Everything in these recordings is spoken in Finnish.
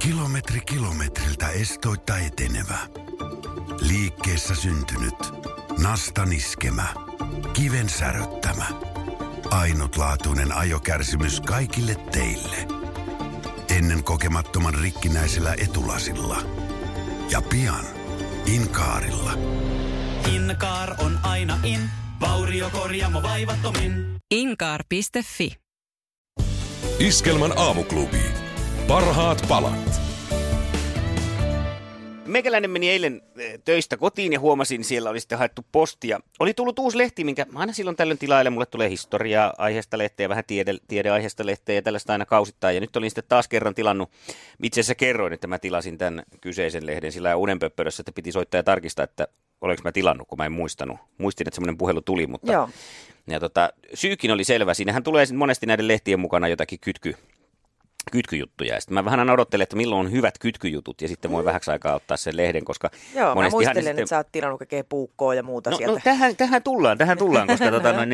Kilometri kilometriltä estoitta etenevä. Liikkeessä syntynyt. Nasta niskemä. Kiven säröttämä. Ainutlaatuinen ajokärsimys kaikille teille. Ennen kokemattoman rikkinäisellä etulasilla. Ja pian Inkaarilla. Inkaar on aina in. Vauriokorjaamo vaivattomin. Inkaar.fi. Iskelmän aamuklubi. Parhaat palat. Meikäläinen meni eilen töistä kotiin ja huomasin, siellä oli sitten haettu postia. Oli tullut uusi lehti, minkä aina silloin tällöin tilailen. Mulle tulee historia-aiheesta lehteä, vähän tiedeaiheesta lehteä ja tällaista aina kausittain. Ja nyt olin sitten taas kerran tilannut, itse asiassa kerroin, että mä tilasin tämän kyseisen lehden sillä unenpöppörössä, että piti soittaa ja tarkistaa, että olenko mä tilannut, kun mä en muistanut. Muistin, että semmoinen puhelu tuli, mutta Joo. Ja syykin oli selvä. Siinähän tulee monesti näiden lehtien mukana jotakin kytkyjuttuja. Ja sitten mä vähän aina odottelen, että milloin on hyvät kytkyjutut, ja sitten voin vähäksi aikaa ottaa sen lehden, koska Joo, mä muistelen, sitten että sä oot tilannut kaikkea puukkoa ja muuta sieltä. No tähän tullaan, koska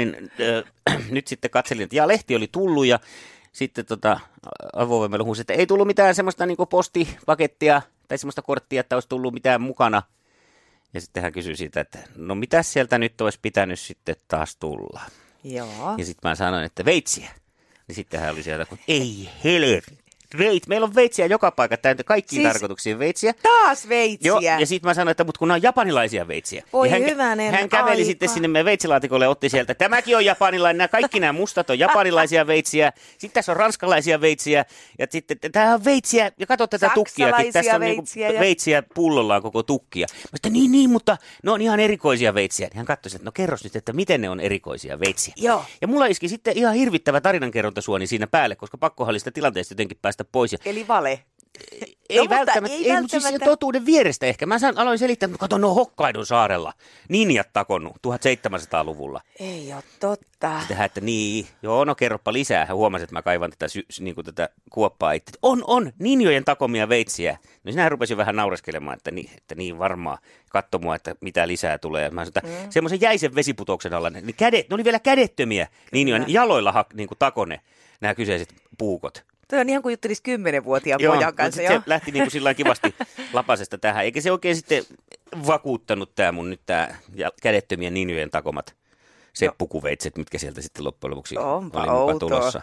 nyt sitten katselin, että lehti oli tullut, ja sitten avoimella huusi, että ei tullut mitään semmoista niin kuin postipakettia tai semmoista korttia, että olisi tullut mitään mukana. Ja sitten hän kysyi siitä, että no mitäs sieltä nyt olisi pitänyt sitten taas tulla. Joo. Ja sitten mä sanoin, että veitsiä. Niin sitten hän oli sieltä, ei helvetti. Meillä on veitsiä joka paikka, kaikkiin siis tarkoituksiin veitsiä. Taas veitsiä. Joo, ja sitten mä sanoin, että kun nämä on japanilaisia veitsiä. Oi hän, hyvänen hän käveli aika. sitten sinne meidän veitsilaatikolle ja otti sieltä, tämäkin on japanilainen, kaikki nämä mustat on japanilaisia veitsiä. Sitten tässä on ranskalaisia veitsiä. Ja sitten tämä on veitsiä, ja katso tätä tukkiakin. Tässä on veitsiä pullollaan koko tukkia. Mä sanoin, niin, mutta ne on ihan erikoisia veitsiä. Hän katsoi, että no kerros nyt, että miten ne on erikoisia veitsiä. Joo. Ja mulla iski sitten ihan hirvittävä tarinankerrontasuoni siinä päälle, koska pakkohan oli sitä tilanteesta jotenkin päästä pois. Eli vale. Ei välttämättä, mutta siis totuuden vierestä ehkä. Mä aloin selittää, että kato, no Hokkaidon saarella ninjat takonnut 1700-luvulla. Ei ole totta. Sitten hän, että niin, joo, no kerropa lisää. Hän huomasi, että mä kaivan tätä kuoppaa itse. On, ninjojen takomia veitsiä. No sinähän rupesin vähän naureskelemaan, että niin varmaan. Katso mua, että mitä lisää tulee. Mä sanoin, että semmoisen jäisen vesiputouksen alla, ne oli vielä kädettömiä ninjojen jaloilla niin takone nämä kyseiset puukot. Toi on ihan kuin juttelisi 10-vuotiaan pojan kanssa. Joo, se lähti niin kuin sillä kivasti lapasesta tähän. Eikä se oikein sitten vakuuttanut tämä kädettömien ninjojen takomat seppukuveitset, mitkä sieltä sitten loppujen lopuksi oli mukaan tulossa.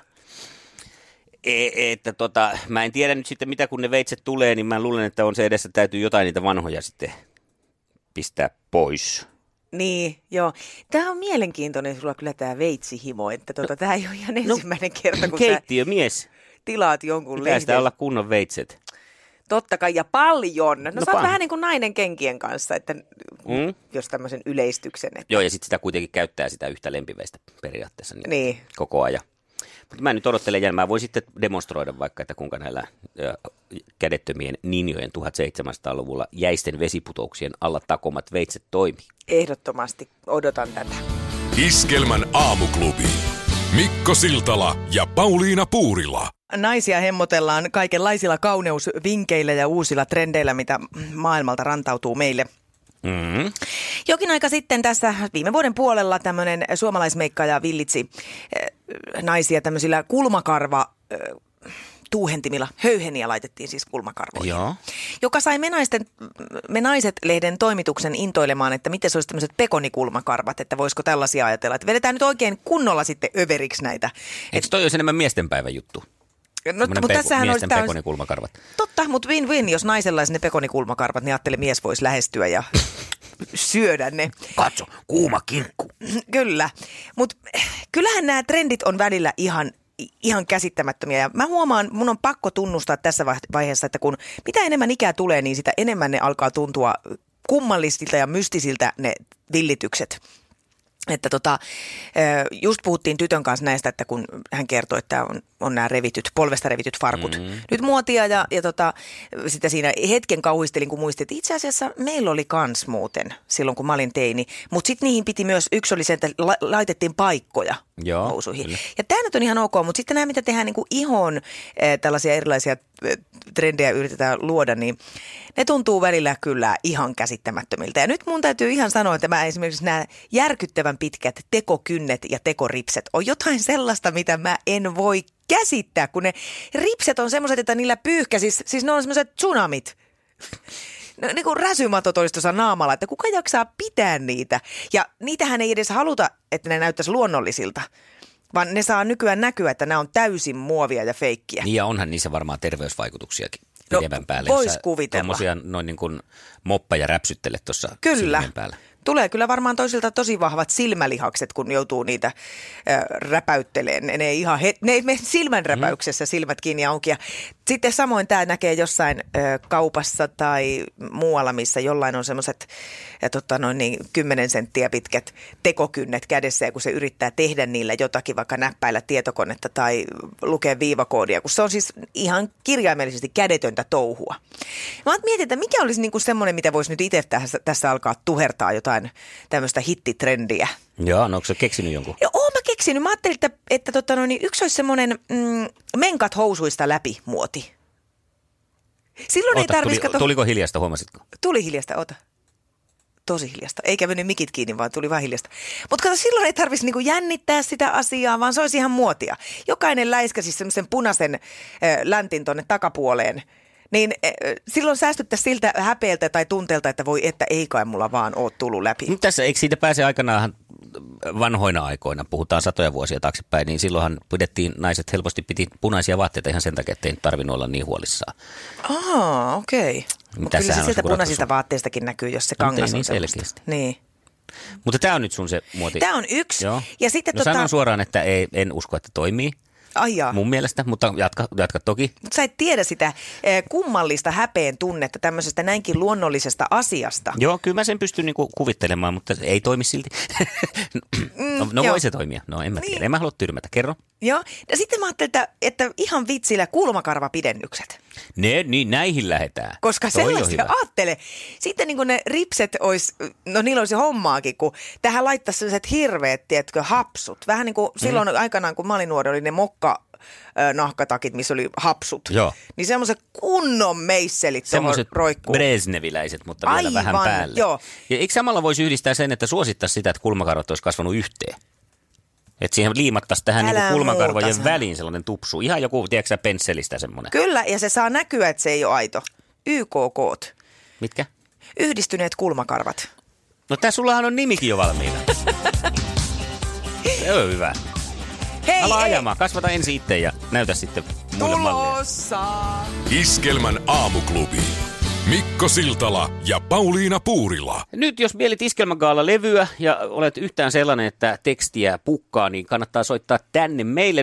Mä en tiedä nyt sitten, mitä kun ne veitset tulee, niin mä luulen, että on se edessä, täytyy jotain niitä vanhoja sitten pistää pois. Niin, joo. Tämä on mielenkiintoinen sulla kyllä tämä veitsihimo, että tämä ei ole ihan ensimmäinen kerta, kun keittiömies. Tilaat jonkun lehden. Pitää sitä olla kunnon veitset. Totta kai, ja paljon. No sä oot vähän niin kuin nainen kenkien kanssa, että jos tämmöisen yleistyksen. Että... Joo, ja sitten sitä kuitenkin käyttää sitä yhtä lempiveistä periaatteessa niin. Koko ajan. Mutta mä nyt odottelen jälleen, mä voin sitten demonstroida vaikka, että kuinka näillä kädettömien ninjojen 1700-luvulla jäisten vesiputouksien alla takomat veitset toimii. Ehdottomasti odotan tätä. Iskelmän aamuklubi. Mikko Siltala ja Pauliina Puurila. Naisia hemmotellaan kaikenlaisilla kauneusvinkeillä ja uusilla trendeillä, mitä maailmalta rantautuu meille. Mm-hmm. Jokin aika sitten tässä viime vuoden puolella tämmöinen suomalaismeikkaaja villitsi naisia tämmöisillä tuuhentimilla, höyheniä laitettiin siis kulmakarvoihin. Joo. Joka sai Me naiset-lehden toimituksen intoilemaan, että miten se olisi tämmöiset pekonikulmakarvat, että voisiko tällaisia ajatella. Että vedetään nyt oikein kunnolla sitten överiksi näitä. Eikö toi olisi enemmän miestenpäivän juttu? No, mutta tässähän miesten pekonikulmakarvat. Totta, mutta win-win, jos naisella olisi ne pekonikulmakarvat, niin ajattelin, mies voisi lähestyä ja syödä ne. Katso, kuuma kinkku. Kyllä, mutta kyllähän nämä trendit on välillä ihan käsittämättömiä. Ja mä huomaan, mun on pakko tunnustaa tässä vaiheessa, että kun mitä enemmän ikää tulee, niin sitä enemmän ne alkaa tuntua kummallisilta ja mystisiltä ne villitykset. Että just puhuttiin tytön kanssa näistä, että kun hän kertoi, että on nämä polvesta revityt farkut nyt muotia ja sitä siinä hetken kauhistelin, kun muistin, että itse asiassa meillä oli kans muuten silloin, kun mä olin teini, mutta sitten niihin piti myös, yksi oli se, että laitettiin paikkoja housuihin. Kyllä. Ja tämä nyt on ihan ok, mutta sitten nämä, mitä tehdään niin kuin ihoon tällaisia erilaisia hittitrendejä yritetään luoda, niin ne tuntuu välillä kyllä ihan käsittämättömiltä. Ja nyt mun täytyy ihan sanoa, että mä esimerkiksi nämä järkyttävän pitkät tekokynnet ja tekoripset on jotain sellaista, mitä mä en voi käsittää, kun ne ripset on semmoiset, että niillä siis ne on semmoiset tsunamit. Niin kuin räsymatot olisi tuossa naamalla, että kuka jaksaa pitää niitä. Ja niitähän ei edes haluta, että ne näyttäisi luonnollisilta, vaan ne saa nykyään näkyä, että nämä on täysin muovia ja feikkiä. Niin ja onhan niissä varmaan terveysvaikutuksiakin pidemmän päälle. Vois kuvitella. Tuommoisia noin niin kuin moppeja räpsyttelet tuossa silmien päällä. Tulee kyllä varmaan toisilta tosi vahvat silmälihakset, kun joutuu niitä räpäytteleen. Ne ei mene silmän räpäyksessä silmät kiinni auki. Ja sitten samoin tämä näkee jossain kaupassa tai muualla, missä jollain on semmoiset 10 senttiä pitkät tekokynnet kädessä, ja kun se yrittää tehdä niillä jotakin, vaikka näppäillä tietokonetta tai lukea viivakoodia, kun se on siis ihan kirjaimellisesti kädetöntä touhua. Mä mietin, että mikä olisi niinku semmoinen, mitä voisi nyt itse tässä alkaa tuhertaa jotain tämmöistä hittitrendiä. Joo, no onko sä keksinyt jonkun? Joo, oon mä keksinyt. Mä ajattelin, että yksi olisi semmoinen menkat housuista läpi muoti. Silloin ei tarvitsisi tuliko hiljasta, huomasitko? Tuli hiljasta, tosi hiljasta. Eikä mennyt mikit kiinni, vaan tuli vaan hiljasta. Mutta kato, silloin ei tarvitsisi niinku jännittää sitä asiaa, vaan se olisi ihan muotia. Jokainen läiskäsi semmoisen punaisen läntin tonne takapuoleen. Niin silloin säästyttäisiin siltä häpeältä tai tunteelta, että voi, että ei kai mulla vaan ole tullut läpi. Tässä eikö siitä pääse aikanaan vanhoina aikoina, puhutaan satoja vuosia taaksepäin, niin silloinhan naiset helposti piti punaisia vaatteita ihan sen takia, että ei tarvinnut olla niin huolissaan. Okei. Mutta kyllä se sieltä punaisista vaatteistakin näkyy, jos se kangas on niin selkeästi. Niin. Mutta tämä on nyt sun se muoti. Tämä on yksi. Joo. Ja sitten sanon suoraan, että en usko, että toimii. Mun mielestä, mutta jatka toki. Mutta sä et tiedä sitä kummallista häpeen tunnetta tämmöisestä näinkin luonnollisesta asiasta. Joo, kyllä mä sen pystyn niinku kuvittelemaan, mutta ei toimi silti. Voi se toimia. No en mä tiedä, en mä halua tyrmätä. Kerro. Joo, ja sitten mä ajattelin, että ihan vitsillä kulmakarvapidennykset. Niin näihin lähdetään. Koska sellaista ajattele. Sitten niin kuin ne ripset olisi, no niillä olisi hommaakin, kun tähän laittaisi sellaiset hirveät, tiedätkö, hapsut. Vähän niin kuin silloin aikanaan, kun mä olin nuori, oli ne nahkatakit, missä oli hapsut. Joo. Niin semmoiset kunnon meisselit tuohon roikkuu. Brezhneviläiset, mutta vielä vähän päälle. Joo. Ja eikö samalla voisi yhdistää sen, että suosittaisi sitä, että kulmakarvat olisi kasvanut yhteen? Että siihen liimattaisi tähän niin kulmakarvojen väliin sellainen tupsu. Ihan joku, tiedätkö pensselistä semmoinen. Kyllä, ja se saa näkyä, että se ei ole aito. YKK:t. Mitkä? Yhdistyneet kulmakarvat. No sullahan on nimikin jo valmiina. Se on hyvä. Hei, ala ajamaan, kasvata ensin itse ja näytä sitten muille mallia. Iskelmän aamuklubi. Mikko Siltala ja Pauliina Puurila. Nyt jos mielit Iskelmägaala-levyä ja olet yhtään sellainen, että tekstiä pukkaa, niin kannattaa soittaa tänne meille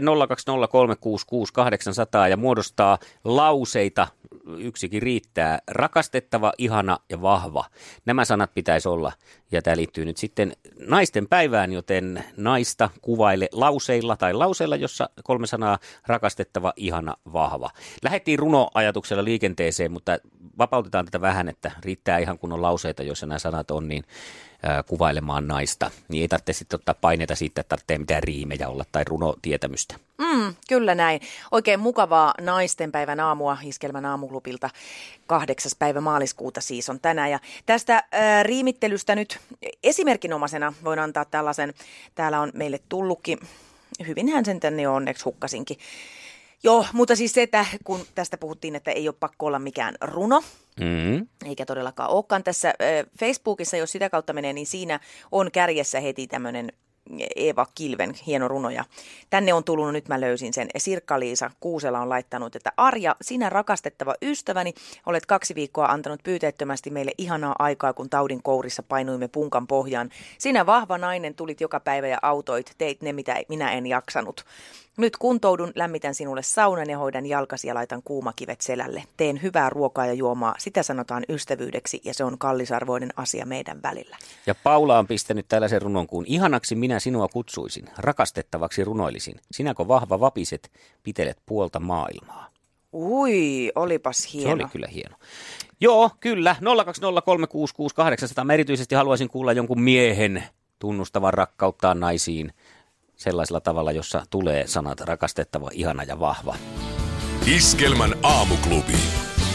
020366800 ja muodostaa lauseita. Yksikin riittää. Rakastettava, ihana ja vahva. Nämä sanat pitäisi olla. Ja tämä liittyy nyt sitten naisten päivään, joten naista kuvaile lauseilla, jossa 3 sanaa: rakastettava, ihana, vahva. Lähdettiin runoajatuksella liikenteeseen, mutta vapautetaan tätä vähän, että riittää ihan kun on lauseita, joissa nämä sanat on, niin kuvailemaan naista. Niin ei tarvitse sitten ottaa paineita siitä, että tarvitsee mitään riimejä olla tai runotietämystä. Kyllä näin. Oikein mukavaa naistenpäivän aamua Iskelmän aamuklubilta. 8. päivä maaliskuuta siis on tänään. Ja tästä riimittelystä nyt esimerkinomaisena voin antaa tällaisen. Täällä on meille tullutkin. Hyvinhän sen tänne jo onneksi hukkasinkin. Joo, mutta siis se, että kun tästä puhuttiin, että ei ole pakko olla mikään runo, eikä todellakaan olekaan tässä Facebookissa, jos sitä kautta menee, niin siinä on kärjessä heti tämmöinen Eeva Kilven hieno runo. Ja tänne on tullut, nyt mä löysin sen. Sirkka-Liisa Kuusela on laittanut, että Arja, sinä rakastettava ystäväni, olet 2 viikkoa antanut pyyteettömästi meille ihanaa aikaa, kun taudin kourissa painuimme punkan pohjaan. Sinä vahva nainen tulit joka päivä ja autoit, teit ne, mitä minä en jaksanut. Nyt kuntoudun, lämmitän sinulle saunan ja hoidan jalkasi ja laitan kuumakivet selälle. Teen hyvää ruokaa ja juomaa, sitä sanotaan ystävyydeksi ja se on kallisarvoinen asia meidän välillä. Ja Paula on pistänyt tällaisen runon kuin: ihanaksi minä sinua kutsuisin, rakastettavaksi runoilisin. Sinäkö vahva vapiset, pitelet puolta maailmaa. Ui, olipas hieno. Se oli kyllä hieno. Joo, kyllä, 020366800. Mä erityisesti haluaisin kuulla jonkun miehen tunnustavan rakkauttaan naisiin sellaisella tavalla, jossa tulee sanat rakastettava, ihana ja vahva. Iskelmän aamuklubi.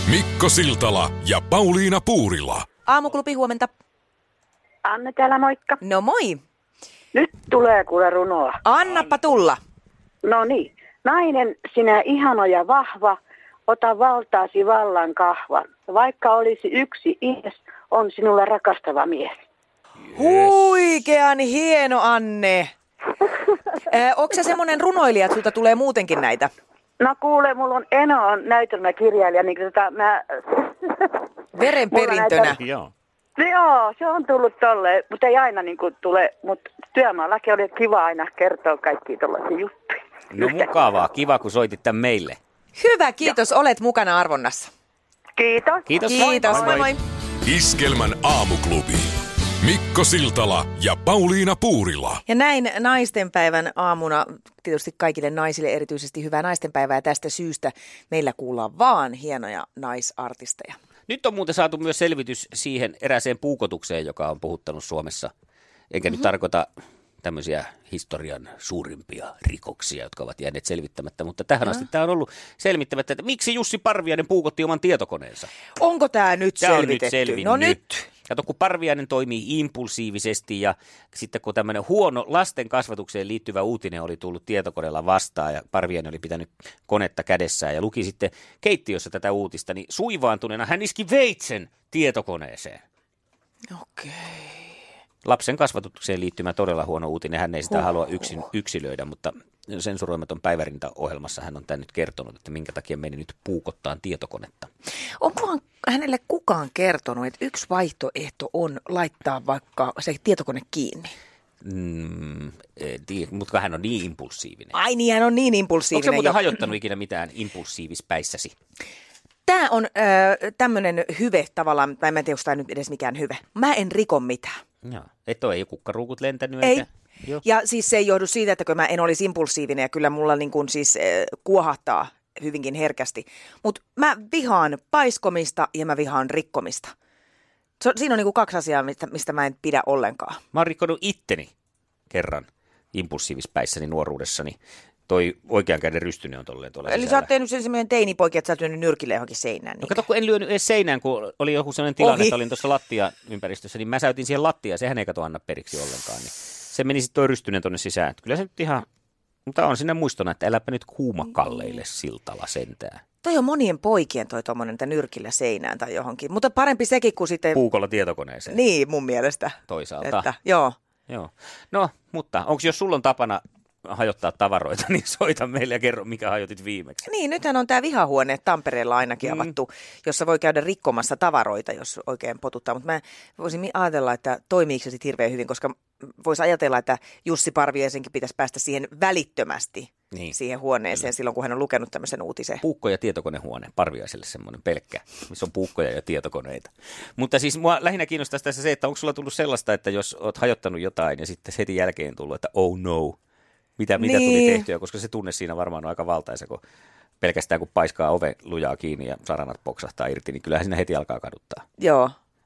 Mikko Siltala ja Pauliina Puurila. Aamuklubi, huomenta. Anne täällä, moikka. No moi. Nyt tulee kuule runoa. Annappa tulla. No niin. Nainen, sinä ihano ja vahva, ota valtaasi vallan kahva. Vaikka olisi yksi mies, on sinulle rakastava mies. Huikean hieno, Anne. Onko sä semmoinen runoilija, että sulta tulee muutenkin näitä? No kuule, mulla on Eno on näytelmäkirjailija, niin mä... Verenperintönä. Joo. Joo, se on tullut tolleen, mutta ei aina niin kuin tule, mutta työmaallakin oli kiva aina kertoa kaikkia tollaisia juttuja. No mukavaa, kiva kun soitit tämän meille. Hyvä, kiitos, olet mukana arvonnassa. Kiitos. Kiitos. Kiitos, moi moi. Iskelmän aamuklubi. Mikko Siltala ja Pauliina Puurila. Ja näin naistenpäivän aamuna, tietysti kaikille naisille erityisesti hyvää naistenpäivää, ja tästä syystä meillä kuullaan vaan hienoja naisartisteja. Nyt on muuten saatu myös selvitys siihen erääseen puukotukseen, joka on puhuttanut Suomessa. Enkä nyt tarkoita tämmöisiä historian suurimpia rikoksia, jotka ovat jääneet selvittämättä, mutta tähän asti tämä on ollut selvittämättä, että miksi Jussi Parviainen puukotti oman tietokoneensa. Onko tämä nyt Tämä on selvitetty? nyt selvinnyt. No nyt. Kato, kun Parviainen toimii impulsiivisesti ja sitten kun tämmöinen huono lasten kasvatukseen liittyvä uutinen oli tullut tietokoneella vastaan ja Parviainen oli pitänyt konetta kädessään ja luki sitten keittiössä tätä uutista, niin suivaantuneena hän iski veitsen tietokoneeseen. Okei. Lapsen kasvatukseen liittymä todella huono uutinen. Hän ei sitä halua yksilöidä, mutta sensuroimaton päivärinta-ohjelmassa hän on tämän nyt kertonut, että minkä takia meni nyt puukottaan tietokonetta. Onko hänelle kukaan kertonut, että yksi vaihtoehto on laittaa vaikka se tietokone kiinni? Mutta hän on niin impulsiivinen. Ai niin, hän on niin impulsiivinen. Onko se muuten hajottanut ikinä mitään impulsiivispäissäsi? Tämä on tämmöinen hyve tavallaan, tai mä en tiedä, onko tämä nyt edes mikään hyve. Mä en riko mitään. Joo. Et ole kukkaruukut lentänyt? Ei. Eikä? Joo. Ja siis se ei johdu siitä, että mä en olisi impulsiivinen ja kyllä mulla niin kuin siis kuohahtaa hyvinkin herkästi. Mutta mä vihaan paiskomista ja mä vihaan rikkomista. Siinä on niin kuin kaksi asiaa, mistä mä en pidä ollenkaan. Mä oon rikkonut itteni kerran impulsiivispäissäni nuoruudessani. Toi oikean käden rystynen on tolleen tuolla Eli sisällä. sä oot tehnyt sen semmoinen teinipoikia, että sä oot lyönyt nyrkille johonkin seinään. No kato, kun en lyönyt edes seinään, kun oli joku sellainen tilanne, että olin tuossa lattiaympäristössä, niin mä säytin siihen lattiaan. Sehän ei kato anna periksi ollenkaan. Niin se meni sitten toi rystynen tonne sisään. Että kyllä se nyt ihan, mutta on siinä muistona, että äläpä nyt kuumakalleille Siltala sentään. Toi on monien poikien toi tommonen, että nyrkillä seinään tai johonkin. Mutta parempi sekin kuin sitten... Puukolla tietokoneeseen. Niin, mun mielestä. Toisaalta. Että, joo. No, mutta onko jos sulla on tapana hajottaa tavaroita, niin soita meille ja kerro, mikä hajotit viimeksi. Niin, nythän on tämä vihahuone Tampereella ainakin avattu, jossa voi käydä rikkomassa tavaroita, jos oikein potuttaa. Mutta mä voisin ajatella, että toimiiko se sitten hirveän hyvin, koska voisi ajatella, että Jussi Parviaisenkin pitäisi päästä siihen välittömästi siihen huoneeseen silloin, kun hän on lukenut tämmöisen uutisen. Puukko- ja tietokonehuone, Parviaiselle semmoinen pelkkä, missä on puukkoja ja tietokoneita. Mutta siis mua lähinnä kiinnostaisi tässä se, että onko sulla tullut sellaista, että jos oot hajottanut jotain ja sitten heti jälkeen tullut, että oh no, mitä tuli tehtyä, koska se tunne siinä varmaan on aika valtaisa, kun pelkästään kun paiskaa oven lujaa kiinni ja saranat poksahtaa irti, niin kyllähän siinä heti alkaa kaduttaa. Joo.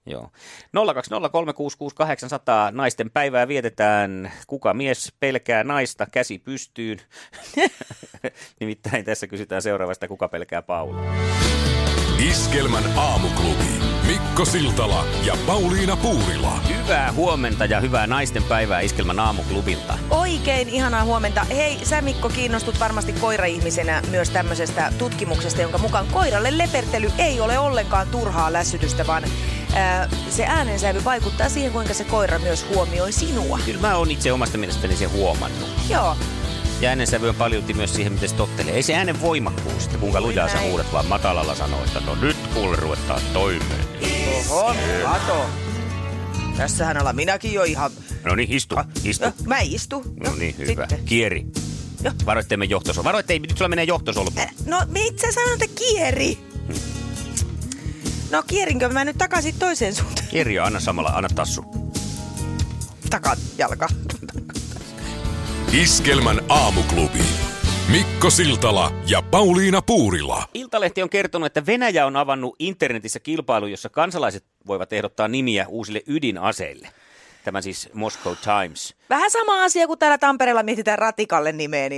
020366800 naisten päivää vietetään. Kuka mies pelkää naista, käsi pystyyn. Nimittäin tässä kysytään seuraavasta, kuka pelkää Paulaa. Iskelmän aamuklubi. Mikko Siltala ja Pauliina Puurila. Hyvää huomenta ja hyvää naisten päivää Iskelmän aamuklubilta. Oikein ihanaa huomenta. Hei, sä Mikko kiinnostut varmasti koira-ihmisenä myös tämmöisestä tutkimuksesta, jonka mukaan koiralle lepertely ei ole ollenkaan turhaa lässytystä, vaan se äänensävy vaikuttaa siihen, kuinka se koira myös huomioi sinua. Kyllä mä oon itse omasta mielestäni sen huomannut. Joo. Ja äänensävy on paljolti myös siihen, miten se tottelee. Ei se äänen voimakkuus, että kuinka lujaa sä huudat, vaan matalalla sanoo, että no nyt kuule ruvetaan toimeen. Oho, kato. Tässähän ollaan minäkin jo ihan... No niin, istu. Mä istun. No niin, hyvä. Sitten. Kieri. Varo, ettei mene johtosolmu. Varo, ettei nyt sulla menee johtosolmu. No, mitä sanot, että kieri? No, kierinkö mä nyt takaisin toiseen suuntaan? Kieri, anna samalla, anna tassu. Takajalka. Iskelmän aamuklubi. Mikko Siltala ja Pauliina Puurila. Iltalehti on kertonut, että Venäjä on avannut internetissä kilpailu, jossa kansalaiset voivat ehdottaa nimiä uusille ydinaseille. Tämä siis Moscow Times. Vähän sama asia kuin täällä Tampereella mietitään Ratikalle nimeä, niin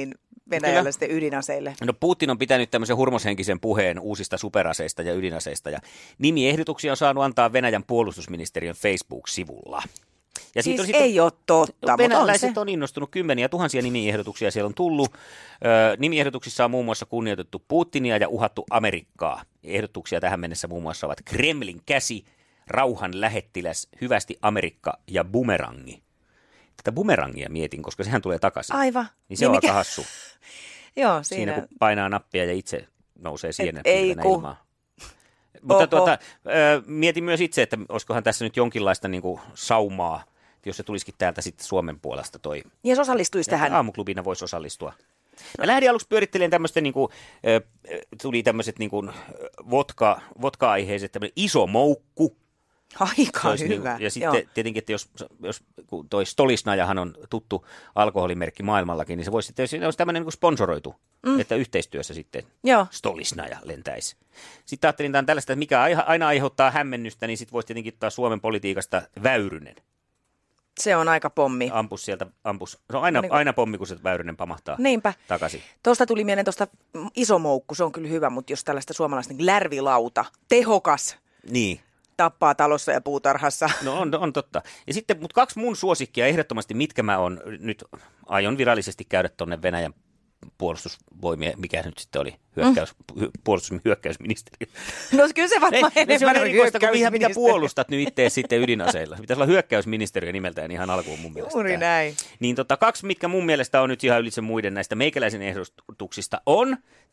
Venäjällä sitten ydinaseille. No Putin on pitänyt tämmöisen hurmoshenkisen puheen uusista superaseista ja ydinaseista ja nimiehdotuksia on saanut antaa Venäjän puolustusministeriön Facebook-sivulla. Ja siis ei ole totta, venäläiset on innostunut, kymmeniä tuhansia nimiehdotuksia siellä on tullut. Nimiehdotuksissa on muun muassa kunnioitettu Putinia ja uhattu Amerikkaa. Ehdotuksia tähän mennessä muun muassa ovat Kremlin käsi, rauhan lähettiläs, hyvästi Amerikka ja bumerangi. Tätä bumerangia mietin, koska sehän tulee takaisin. Aivan. Niin se on aika hassu. Joo, siinä kun painaa nappia ja itse nousee sienen ilmaan. Mutta mietin myös itse, että olisikohan tässä nyt jonkinlaista niin kuin saumaa, jos se tulisikin täältä sitten Suomen puolesta toi. Ja se osallistuisi tähän. Aamuklubina voisi osallistua. Mä lähdin aluksi pyörittelemään tämmöistä, niin kuin, tuli tämmöiset niin kuin vodka-aiheiset, tämmöinen iso moukku. Aika hyvä. Niin, ja sitten tietenkin, että jos kun toi Stolisnajahan on tuttu alkoholimerkki maailmallakin, niin se voisi sitten, jos olisi tämmöinen niin kuin sponsoroitu, että yhteistyössä sitten Stolisnaja lentäisi. Sitten ajattelin, että tällaista, että mikä aina aiheuttaa hämmennystä, niin sitten voisi tietenkin ottaa Suomen politiikasta Väyrynen. Se on aika pommi. Ampus. Se on aina pommi, kun se Väyrynen pamahtaa takaisin. Tuosta tuli mieleen tuosta iso moukku, se on kyllä hyvä, mutta jos tällaista suomalaista niin lärvilauta, tehokas. Niin. Tappaa talossa ja puutarhassa. No on totta. Ja sitten, mutta 2 mun suosikkia ehdottomasti, mitkä mä aion virallisesti käydä tuonne Venäjän puolustusvoimia, mikä nyt sitten oli hyökkäysministeriö. No kyllä se varmaan enemmän on hyökkäysministeriö. Mitä puolustat nyt itse sitten ydinaseilla? Pitäisi olla hyökkäysministeriö nimeltään ihan alkuun mun mielestä. Juuri näin. Niin 2, mitkä mun mielestä on nyt ihan ylitse muiden näistä meikäläisen ehdotuksista on,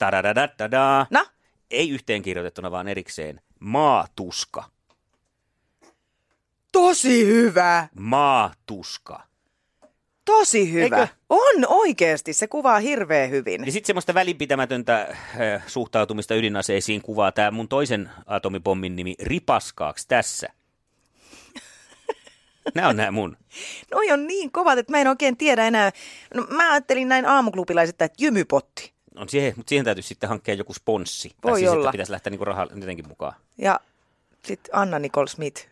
ei yhteenkirjoitettuna vaan erikseen, maatuska. Tosi hyvä. Maatuska. Tosi hyvä. Eikö? On oikeasti, se kuvaa hirveän hyvin. Ja sitten semmoista välinpitämätöntä suhtautumista ydinaseisiin kuvaa tämä mun toisen atomipommin nimi Ripaskaaks tässä. Nämä on nämä mun. Noi on niin kovat, että mä en oikein tiedä enää. No, mä ajattelin näin aamuklubilaiset, että jymypotti. On siihen, mutta siihen täytyy sitten hankkia joku sponssi. Voi siis, olla. Että pitäisi lähteä niinku rahaa jotenkin mukaan. Ja sitten Anna Nicole Smith.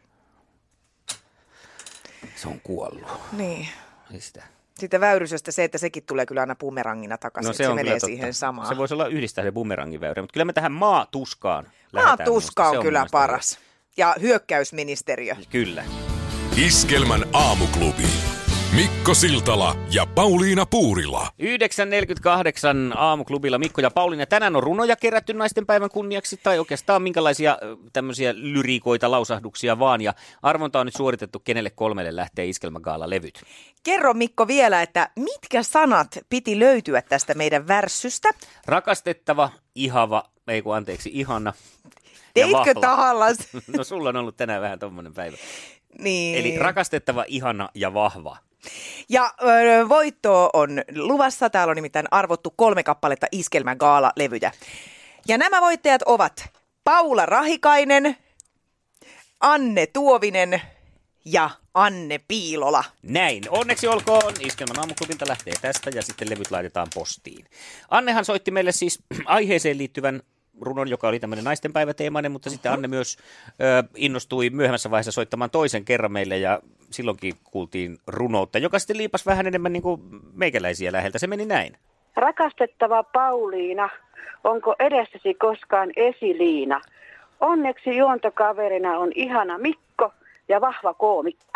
Se on kuollut. Niin. Ei sitä. Sitten Väyrysestä se, että sekin tulee kyllä aina bumerangina takaisin, no, se menee siihen samaan. Se voisi olla yhdistää se bumerangin Väyrä, mutta kyllä me tähän maatuskaan Maatuska on kyllä paras. Ja hyökkäysministeriö. Kyllä. Iskelmän aamuklubi. Mikko Siltala ja Pauliina Puurila. 9.48 aamuklubilla Mikko ja Pauliina. Tänään on runoja kerätty naistenpäivän kunniaksi, tai oikeastaan minkälaisia tämmöisiä lyriikoita, lausahduksia vaan. Ja arvonta on nyt suoritettu, kenelle 3 lähtee Iskelmägaala-levyt. Kerro Mikko vielä, että mitkä sanat piti löytyä tästä meidän värssystä? Rakastettava, ihana. Teitkö tahallas? No sulla on ollut tänään vähän tommonen päivä. Niin. Eli rakastettava, ihana ja vahva. Ja voitto on luvassa. Täällä on nimittäin arvottu 3 kappaletta Iskelmägaala-levyjä. Ja nämä voittajat ovat Paula Rahikainen, Anne Tuovinen ja Anne Piilola. Näin. Onneksi olkoon. Iskelmän aamuklubilta lähtee tästä ja sitten levyt laitetaan postiin. Annehan soitti meille siis aiheeseen liittyvän runon, joka oli tämmöinen naistenpäiväteemainen, mutta sitten Anne myös innostui myöhemmässä vaiheessa soittamaan toisen kerran meille ja silloinkin kuultiin runoutta, joka sitten liipasi vähän enemmän niin kuin meikäläisiä läheltä. Se meni näin. Rakastettava Pauliina, onko edessäsi koskaan esiliina? Onneksi juontokaverina on ihana Mikko ja vahva koomikko.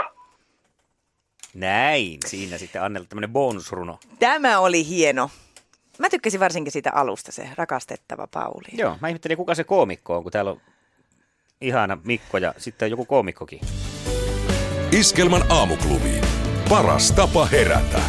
Näin. Siinä sitten Annelle tämmöinen bonusruno. Tämä oli hieno. Mä tykkäsin varsinkin siitä alusta, se rakastettava Pauliina. Joo, mä ihmettelin, kuka se koomikko on, kun täällä on ihana Mikko ja sitten on joku koomikkokin. Iskelmän aamuklubi. Paras tapa herätä.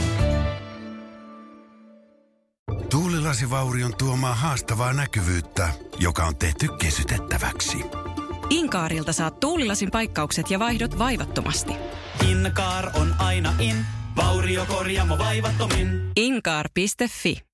Tuulilasivaurion tuomaa haastavaa näkyvyyttä, joka on tehty kesytettäväksi. Inkaarilta saat tuulilasin paikkaukset ja vaihdot vaivattomasti. Inkaar on aina in, vauriokorjaamo vaivattomin. Inkaar.fi